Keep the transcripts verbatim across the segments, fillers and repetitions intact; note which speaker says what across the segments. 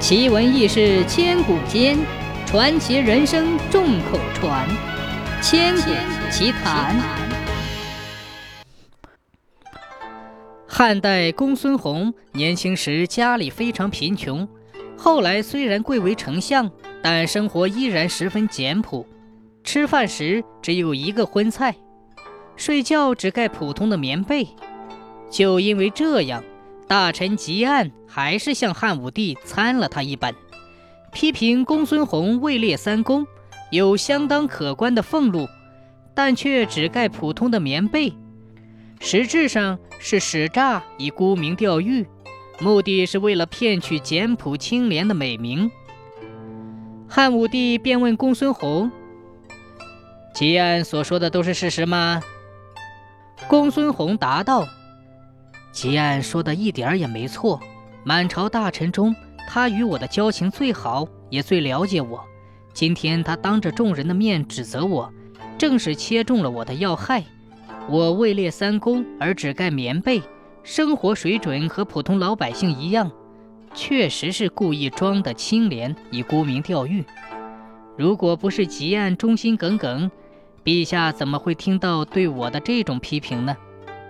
Speaker 1: 奇闻异事千古间，传奇人生众口传。千古奇谈。汉代公孙弘年轻时家里非常贫穷，后来虽然贵为丞相，但生活依然十分简朴。吃饭时只有一个荤菜，睡觉只盖普通的棉被。就因为这样，大臣汲黯还是向汉武帝参了他一本，批评公孙弘位列三公，有相当可观的俸禄，但却只盖普通的棉被，实质上是使诈以沽名钓誉，目的是为了骗取简朴清廉的美名。汉武帝便问公孙弘：汲黯所说的都是事实吗？公孙弘答道：汲黯说的一点也没错，满朝大臣中，他与我的交情最好，也最了解我。今天他当着众人的面指责我，正是切中了我的要害。我位列三公而只盖棉被，生活水准和普通老百姓一样，确实是故意装得清廉，以沽名钓誉。如果不是汲黯忠心耿耿，陛下怎么会听到对我的这种批评呢？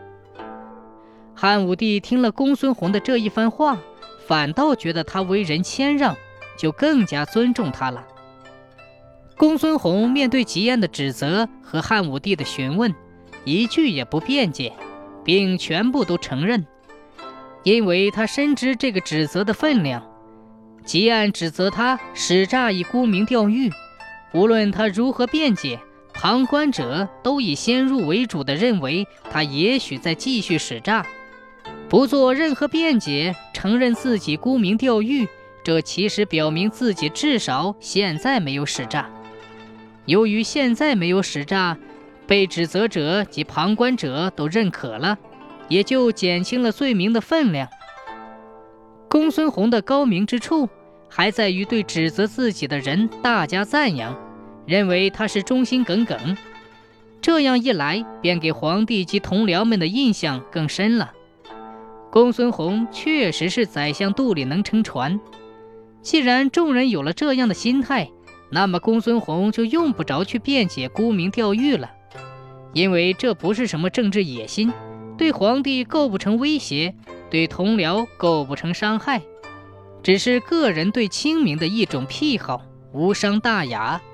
Speaker 1: 汉武帝听了公孙弘的这一番话，反倒觉得他为人谦让，就更加尊重他了。公孙弘面对汲黯的指责和汉武帝的询问，一句也不辩解，并全部都承认，因为他深知这个指责的分量。汲黯指责他使诈以沽名钓誉，无论他如何辩解，旁观者都以先入为主地认为他也许在继续使诈，不做任何辩解，承认自己沽名钓誉，这其实表明自己至少现在没有使诈。由于现在没有使诈，被指责者及旁观者都认可了，也就减轻了罪名的分量。公孙弘的高明之处，还在于对指责自己的人大加赞扬，认为他是忠心耿耿。这样一来，便给皇帝及同僚们的印象更深了。公孙弘确实是宰相肚里能撑船。既然众人有了这样的心态，那么公孙弘就用不着去辩解沽名钓誉了，因为这不是什么政治野心，对皇帝构不成威胁，对同僚构不成伤害，只是个人对清明的一种癖好，无伤大雅。